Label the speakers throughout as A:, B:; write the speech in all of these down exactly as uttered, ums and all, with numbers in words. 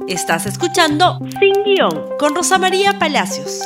A: Estás escuchando Sin Guión con Rosa María Palacios.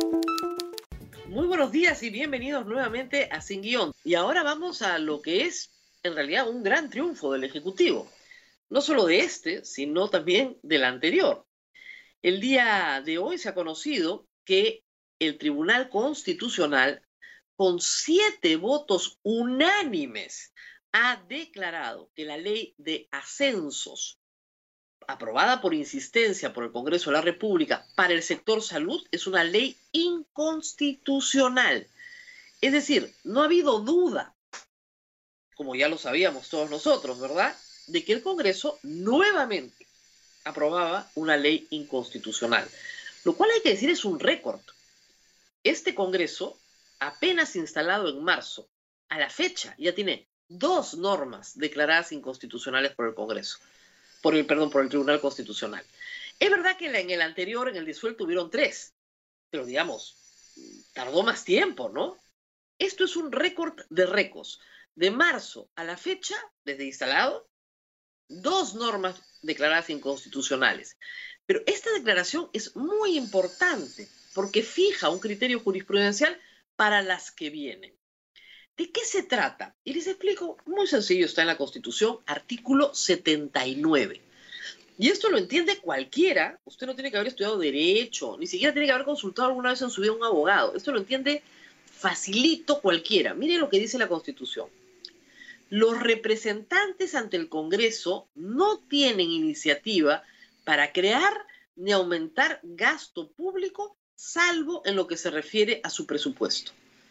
B: Muy buenos días y bienvenidos nuevamente a Sin Guión. Y ahora vamos a lo que es, en realidad, un gran triunfo del Ejecutivo. No solo de este, sino también del anterior. El día de hoy se ha conocido que el Tribunal Constitucional, con siete votos unánimes, ha declarado que la ley de ascensos aprobada por insistencia por el Congreso de la República para el sector salud es una ley inconstitucional. Es decir, no ha habido duda, como ya lo sabíamos todos nosotros, ¿verdad?, de que el Congreso nuevamente aprobaba una ley inconstitucional. Lo cual hay que decir es un récord. Este Congreso, apenas instalado en marzo, a la fecha ya tiene dos normas declaradas inconstitucionales por el Congreso. Por el, perdón, por el Tribunal Constitucional. Es verdad que en el anterior, en el disuelto, hubieron tres, pero digamos, tardó más tiempo, ¿no? Esto es un récord de récords. De marzo a la fecha, desde instalado, dos normas declaradas inconstitucionales. Pero esta declaración es muy importante porque fija un criterio jurisprudencial para las que vienen. ¿De qué se trata? Y les explico, muy sencillo, está en la Constitución, artículo setenta y nueve. Y esto lo entiende cualquiera. Usted no tiene que haber estudiado Derecho, ni siquiera tiene que haber consultado alguna vez en su vida a un abogado. Esto lo entiende facilito cualquiera. Mire lo que dice la Constitución. Los representantes ante el Congreso no tienen iniciativa para crear ni aumentar gasto público, salvo en lo que se refiere a su presupuesto.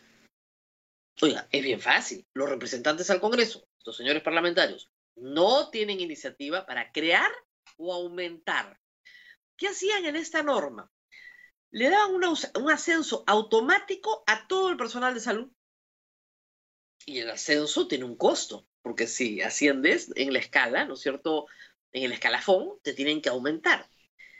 B: Oiga, es bien fácil. Los representantes al Congreso, estos señores parlamentarios, no tienen iniciativa para crear o aumentar. ¿Qué hacían en esta norma? Le daban una, un ascenso automático a todo el personal de salud. Y el ascenso tiene un costo, porque si asciendes en la escala, ¿no es cierto?, en el escalafón, te tienen que aumentar.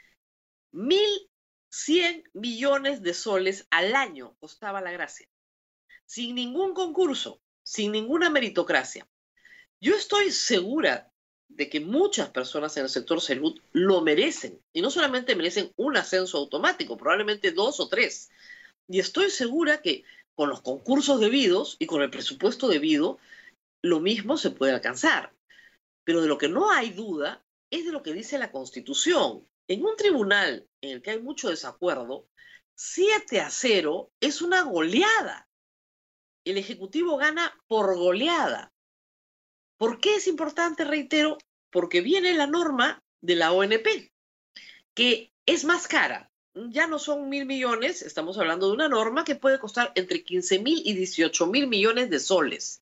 B: Mil cien millones de soles al año costaba la gracia. Sin ningún concurso, sin ninguna meritocracia. Yo estoy segura de que muchas personas en el sector salud lo merecen. Y no solamente merecen un ascenso automático, probablemente dos o tres. Y estoy segura que con los concursos debidos y con el presupuesto debido, lo mismo se puede alcanzar. Pero de lo que no hay duda es de lo que dice la Constitución. En un tribunal en el que hay mucho desacuerdo, siete a cero es una goleada. El Ejecutivo gana por goleada. ¿Por qué es importante? Reitero, porque viene la norma de la O N P, que es más cara. Ya no son mil millones, estamos hablando de una norma que puede costar entre quince mil y dieciocho mil millones de soles.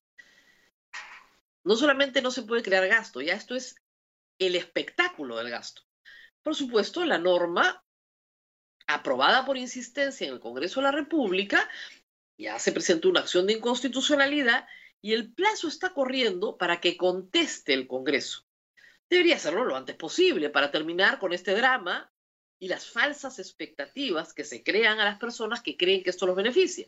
B: No solamente no se puede crear gasto, ya esto es el espectáculo del gasto. Por supuesto, la norma aprobada por insistencia en el Congreso de la República, ya se presentó una acción de inconstitucionalidad y el plazo está corriendo para que conteste el Congreso. Debería hacerlo lo antes posible para terminar con este drama y las falsas expectativas que se crean a las personas que creen que esto los beneficia.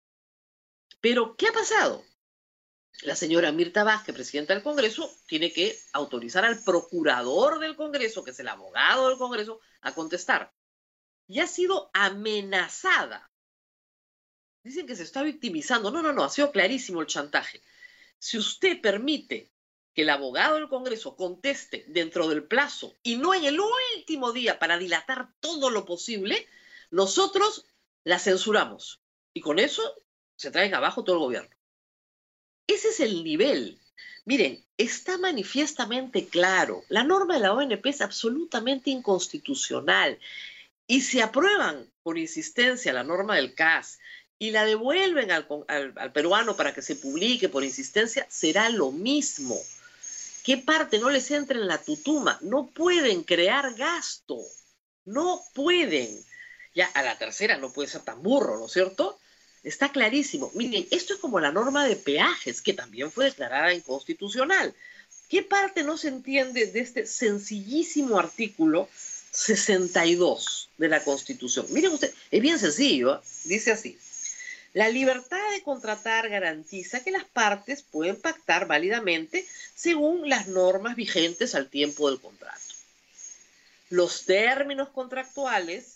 B: Pero, ¿qué ha pasado? La señora Mirta Vázquez, presidenta del Congreso, tiene que autorizar al procurador del Congreso, que es el abogado del Congreso, a contestar. Y ha sido amenazada. Dicen que se está victimizando. No, no, no, ha sido clarísimo el chantaje. Si usted permite que el abogado del Congreso conteste dentro del plazo y no en el último día para dilatar todo lo posible, nosotros la censuramos. Y con eso se traen abajo todo el gobierno. Ese es el nivel. Miren, está manifiestamente claro. La norma de la O N P es absolutamente inconstitucional. Y si aprueban por insistencia la norma del C A S y la devuelven al, al, al peruano para que se publique por insistencia, será lo mismo. ¿Qué parte no les entra en la tutuma? No pueden crear gasto. No pueden. Ya a la tercera no puede ser tan burro, ¿no es cierto? Está clarísimo. Miren, esto es como la norma de peajes, que también fue declarada inconstitucional. ¿Qué parte no se entiende de este sencillísimo artículo sesenta y dos de la Constitución? Miren ustedes, es bien sencillo, ¿eh? Dice así. La libertad de contratar garantiza que las partes pueden pactar válidamente según las normas vigentes al tiempo del contrato. Los términos contractuales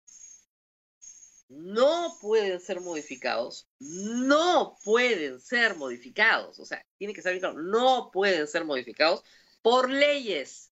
B: no pueden ser modificados, no pueden ser modificados, o sea, tiene que estar bien claro, no pueden ser modificados por leyes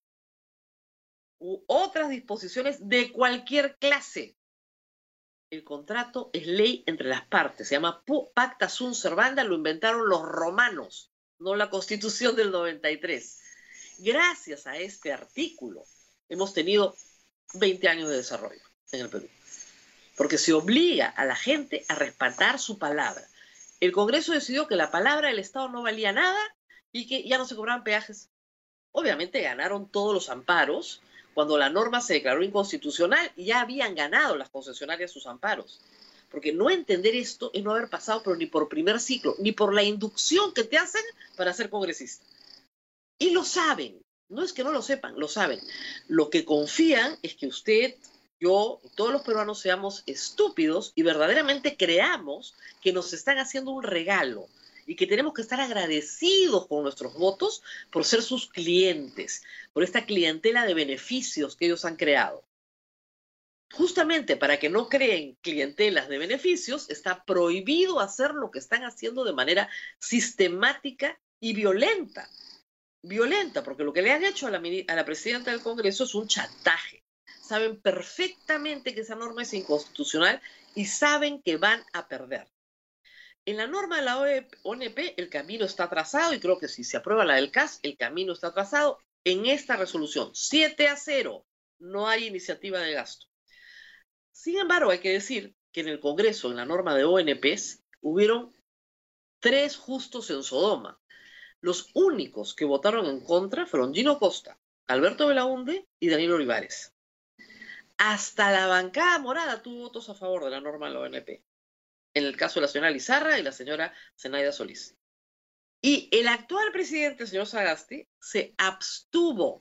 B: u otras disposiciones de cualquier clase. El contrato es ley entre las partes, se llama pacta sunt servanda, lo inventaron los romanos, no la Constitución del noventa y tres. Gracias a este artículo hemos tenido veinte años de desarrollo en el Perú, porque se obliga a la gente a respetar su palabra. El Congreso decidió que la palabra del Estado no valía nada y que ya no se cobraban peajes. Obviamente ganaron todos los amparos. Cuando la norma se declaró inconstitucional, ya habían ganado las concesionarias sus amparos. Porque no entender esto es no haber pasado pero ni por primer ciclo, ni por la inducción que te hacen para ser congresista. Y lo saben. No es que no lo sepan, lo saben. Lo que confían es que usted, yo y todos los peruanos seamos estúpidos y verdaderamente creamos que nos están haciendo un regalo y que tenemos que estar agradecidos con nuestros votos por ser sus clientes, por esta clientela de beneficios que ellos han creado. Justamente para que no creen clientelas de beneficios, está prohibido hacer lo que están haciendo de manera sistemática y violenta. Violenta, porque lo que le han hecho a la, a la presidenta del Congreso es un chantaje. Saben perfectamente que esa norma es inconstitucional y saben que van a perder. En la norma de la O N P el camino está trazado y creo que si se aprueba la del C A S, el camino está trazado en esta resolución. siete a cero, no hay iniciativa de gasto. Sin embargo, hay que decir que en el Congreso, en la norma de O N Ps, hubieron tres justos en Sodoma. Los únicos que votaron en contra fueron Gino Costa, Alberto Belaunde y Daniel Olivares. Hasta la bancada morada tuvo votos a favor de la norma de la O N P. En el caso de la señora Lizarra y la señora Zenaida Solís. Y el actual presidente, el señor Sagasti, se abstuvo.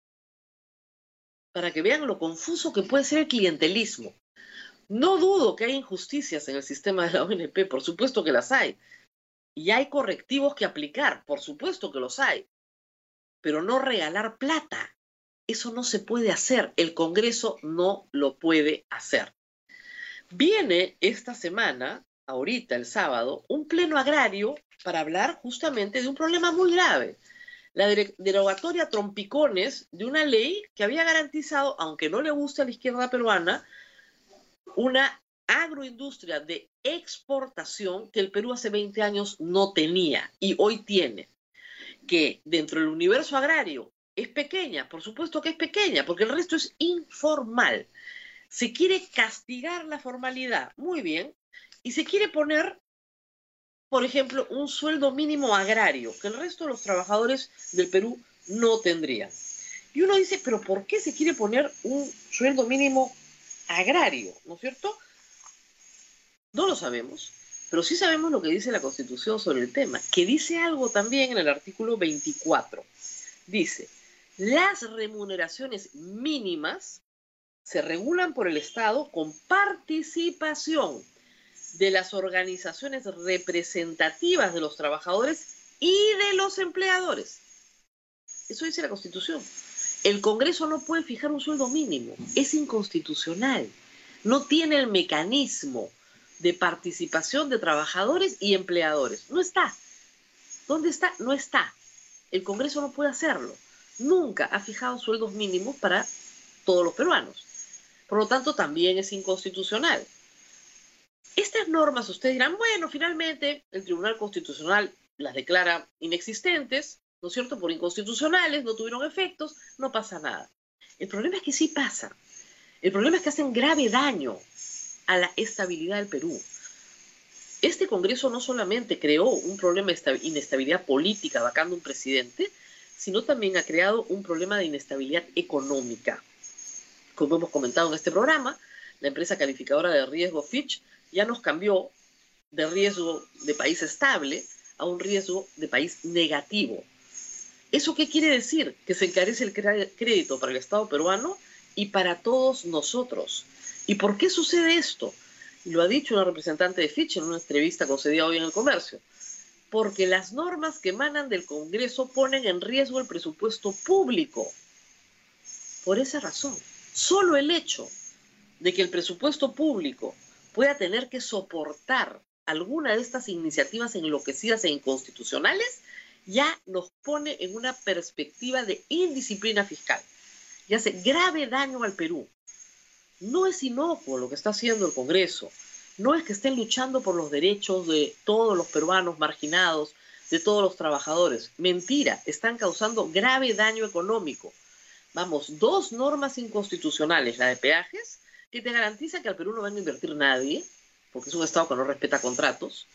B: Para que vean lo confuso que puede ser el clientelismo. No dudo que hay injusticias en el sistema de la O N P, por supuesto que las hay. Y hay correctivos que aplicar, por supuesto que los hay. Pero no regalar plata. Eso no se puede hacer. El Congreso no lo puede hacer. Viene esta semana, ahorita el sábado, un pleno agrario para hablar justamente de un problema muy grave. La derogatoria trompicones de una ley que había garantizado, aunque no le guste a la izquierda peruana, una agroindustria de exportación que el Perú hace veinte años no tenía y hoy tiene. Que dentro del universo agrario es pequeña, por supuesto que es pequeña, porque el resto es informal. Se quiere castigar la formalidad, muy bien, y se quiere poner, por ejemplo, un sueldo mínimo agrario, que el resto de los trabajadores del Perú no tendrían. Y uno dice, ¿pero por qué se quiere poner un sueldo mínimo agrario? ¿No es cierto? No lo sabemos, pero sí sabemos lo que dice la Constitución sobre el tema, que dice algo también en el artículo veinticuatro. Dice, las remuneraciones mínimas se regulan por el Estado con participación de las organizaciones representativas de los trabajadores y de los empleadores. Eso dice la Constitución. El Congreso no puede fijar un sueldo mínimo. Es inconstitucional. No tiene el mecanismo de participación de trabajadores y empleadores. No está. ¿Dónde está? No está. El Congreso no puede hacerlo. Nunca ha fijado sueldos mínimos para todos los peruanos. Por lo tanto, también es inconstitucional. Estas normas, ustedes dirán, bueno, finalmente el Tribunal Constitucional las declara inexistentes, ¿no es cierto?, por inconstitucionales, no tuvieron efectos, no pasa nada. El problema es que sí pasa. El problema es que hacen grave daño a la estabilidad del Perú. Este Congreso no solamente creó un problema de inestabilidad política vacando un presidente, sino también ha creado un problema de inestabilidad económica. Como hemos comentado en este programa, la empresa calificadora de riesgo Fitch ya nos cambió de riesgo de país estable a un riesgo de país negativo. ¿Eso qué quiere decir? Que se encarece el crédito para el Estado peruano y para todos nosotros. ¿Y por qué sucede esto? Y lo ha dicho una representante de Fitch en una entrevista concedida hoy en El Comercio. Porque las normas que emanan del Congreso ponen en riesgo el presupuesto público. Por esa razón. Solo el hecho de que el presupuesto público pueda tener que soportar alguna de estas iniciativas enloquecidas e inconstitucionales ya nos pone en una perspectiva de indisciplina fiscal y hace grave daño al Perú. No es inocuo lo que está haciendo el Congreso, no es que estén luchando por los derechos de todos los peruanos marginados, de todos los trabajadores. Mentira, están causando grave daño económico. Vamos, dos normas inconstitucionales, la de peajes, que te garantiza que al Perú no van a invertir nadie, porque es un Estado que no respeta contratos.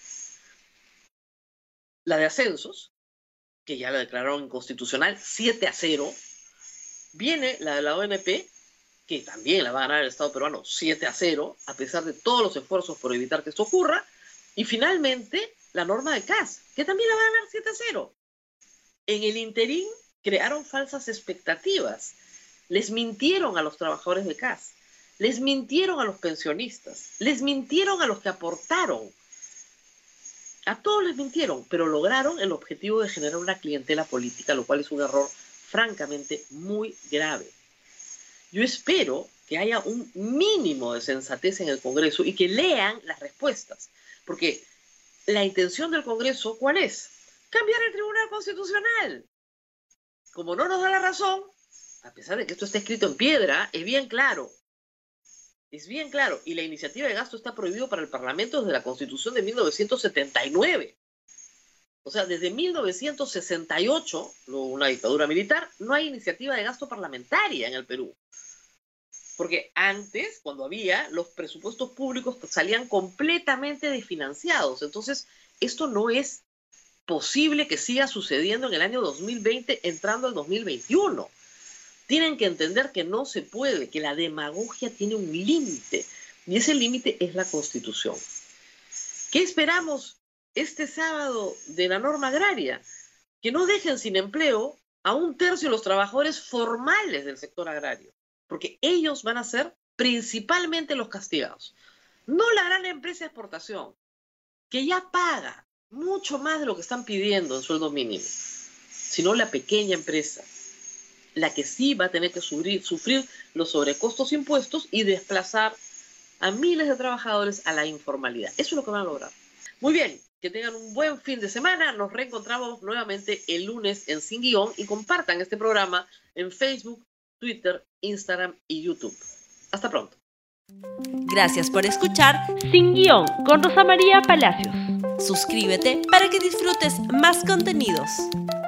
B: La de ascensos, que ya la declararon inconstitucional, siete a cero. Viene la de la O N P, que también la va a ganar el Estado peruano siete a cero, a pesar de todos los esfuerzos por evitar que esto ocurra. Y finalmente, la norma de C A S, que también la va a ganar siete a cero. En el interín, crearon falsas expectativas. Les mintieron a los trabajadores de C A S. Les mintieron a los pensionistas. Les mintieron a los que aportaron. A todos les mintieron, pero lograron el objetivo de generar una clientela política, lo cual es un error francamente muy grave. Yo espero que haya un mínimo de sensatez en el Congreso y que lean las respuestas. Porque la intención del Congreso, ¿cuál es? Cambiar el Tribunal Constitucional. Como no nos da la razón, a pesar de que esto está escrito en piedra, es bien claro. Es bien claro. Y la iniciativa de gasto está prohibido para el Parlamento desde la Constitución de mil novecientos setenta y nueve. O sea, desde mil novecientos sesenta y ocho, una dictadura militar, no hay iniciativa de gasto parlamentaria en el Perú. Porque antes, cuando había, los presupuestos públicos salían completamente desfinanciados. Entonces, esto no es posible que siga sucediendo en el año dos mil veinte, entrando al dos mil veintiuno. Tienen que entender que no se puede, que la demagogia tiene un límite, y ese límite es la Constitución. ¿Qué esperamos este sábado de la norma agraria? Que no dejen sin empleo a un tercio de los trabajadores formales del sector agrario, porque ellos van a ser principalmente los castigados. No la gran empresa de exportación, que ya paga mucho más de lo que están pidiendo en sueldo mínimo, sino la pequeña empresa, la que sí va a tener que sufrir, sufrir los sobrecostos impuestos y desplazar a miles de trabajadores a la informalidad. Eso es lo que van a lograr. Muy bien, que tengan un buen fin de semana. Nos reencontramos nuevamente el lunes en Sin Guión y compartan este programa en Facebook, Twitter, Instagram y YouTube. Hasta pronto.
A: Gracias por escuchar Sin Guión con Rosa María Palacios. Suscríbete para que disfrutes más contenidos.